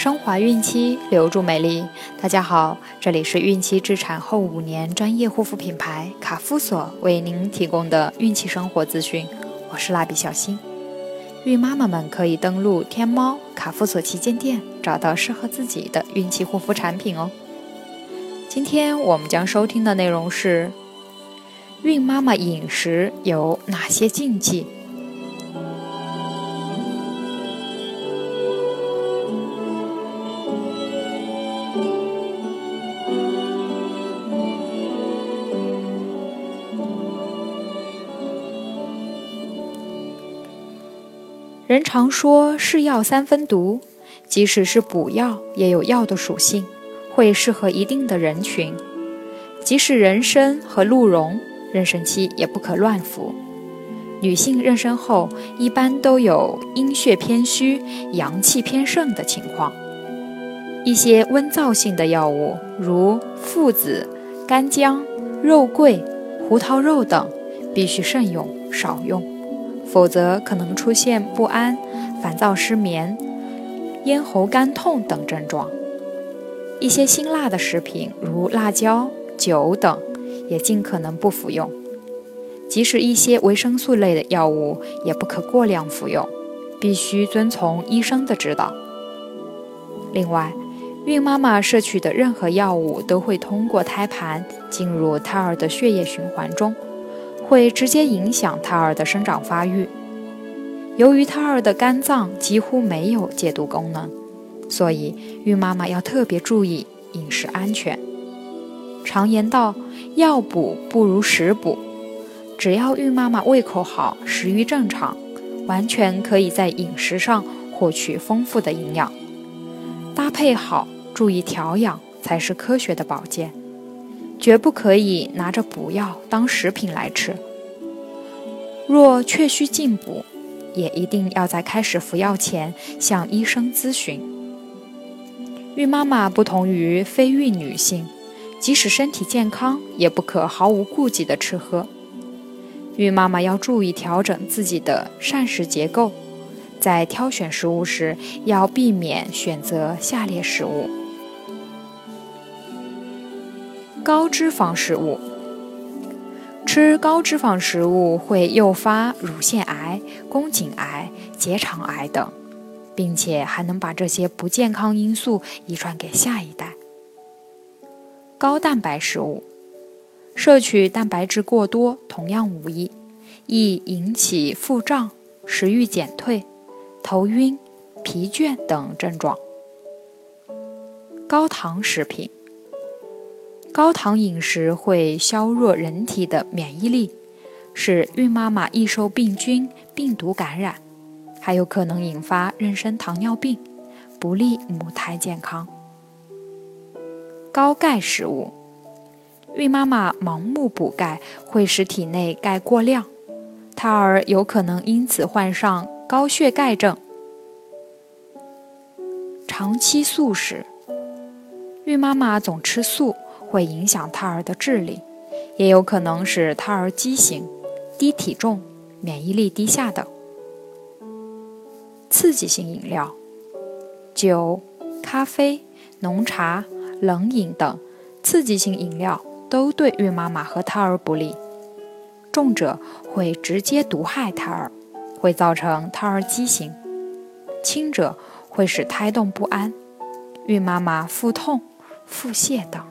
升华孕期，留住美丽。大家好，这里是孕期至产后5年专业护肤品牌卡夫索为您提供的孕期生活资讯，我是蜡笔小新。孕妈妈们可以登录天猫卡夫索旗舰店，找到适合自己的孕期护肤产品哦。今天我们将收听的内容是：孕妈妈饮食有哪些禁忌？人常说是药三分毒，即使是补药也有药的属性，会适合一定的人群。即使人参和鹿茸，妊娠期也不可乱服。女性妊娠后一般都有阴血偏虚、阳气偏盛的情况。一些温燥性的药物，如附子、干姜、肉桂、胡桃肉等，必须慎用，少用。否则可能出现不安、烦躁、失眠、咽喉干痛等症状。一些辛辣的食品，如辣椒、酒等，也尽可能不服用。即使一些维生素类的药物，也不可过量服用，必须遵从医生的指导。另外，孕妈妈摄取的任何药物都会通过胎盘进入胎儿的血液循环中，会直接影响胎儿的生长发育。由于胎儿的肝脏几乎没有解毒功能，所以孕妈妈要特别注意饮食安全。常言道，药补不如食补，只要孕妈妈胃口好，食欲正常，完全可以在饮食上获取丰富的营养。搭配好，注意调养，才是科学的保健。绝不可以拿着补药当食品来吃。若确需进补，也一定要在开始服药前向医生咨询。孕妈妈不同于非孕女性，即使身体健康，也不可毫无顾忌地吃喝。孕妈妈要注意调整自己的膳食结构，在挑选食物时要避免选择下列食物：高脂肪食物。吃高脂肪食物会诱发乳腺癌、宫颈癌、结肠癌等，并且还能把这些不健康因素遗传给下一代。高蛋白食物，摄取蛋白质过多同样无益，易引起腹胀、食欲减退、头晕、疲倦等症状。高糖食品，高糖饮食会削弱人体的免疫力，使孕妈妈易受病菌、病毒感染，还有可能引发妊娠糖尿病，不利母胎健康。高钙食物，孕妈妈盲目补钙会使体内钙过量，胎儿有可能因此患上高血钙症。长期素食，孕妈妈总吃素会影响胎儿的智力，也有可能使胎儿畸形、低体重、免疫力低下等。刺激性饮料，酒、咖啡、浓茶、冷饮等刺激性饮料都对孕妈妈和胎儿不利，重者会直接毒害胎儿，会造成胎儿畸形；轻者会使胎动不安，孕妈妈腹痛、腹泻等。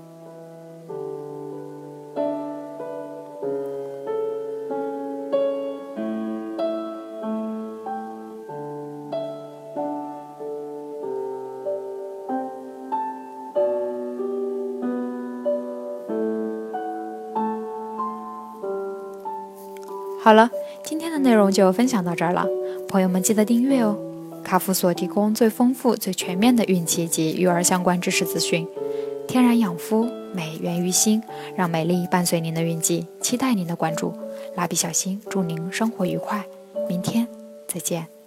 好了，今天的内容就分享到这儿了，朋友们记得订阅哦。卡夫索提供最丰富、最全面的孕期及育儿相关知识资讯，天然养肤，美源于心，让美丽伴随您的孕期，期待您的关注。蜡笔小新祝您生活愉快，明天再见。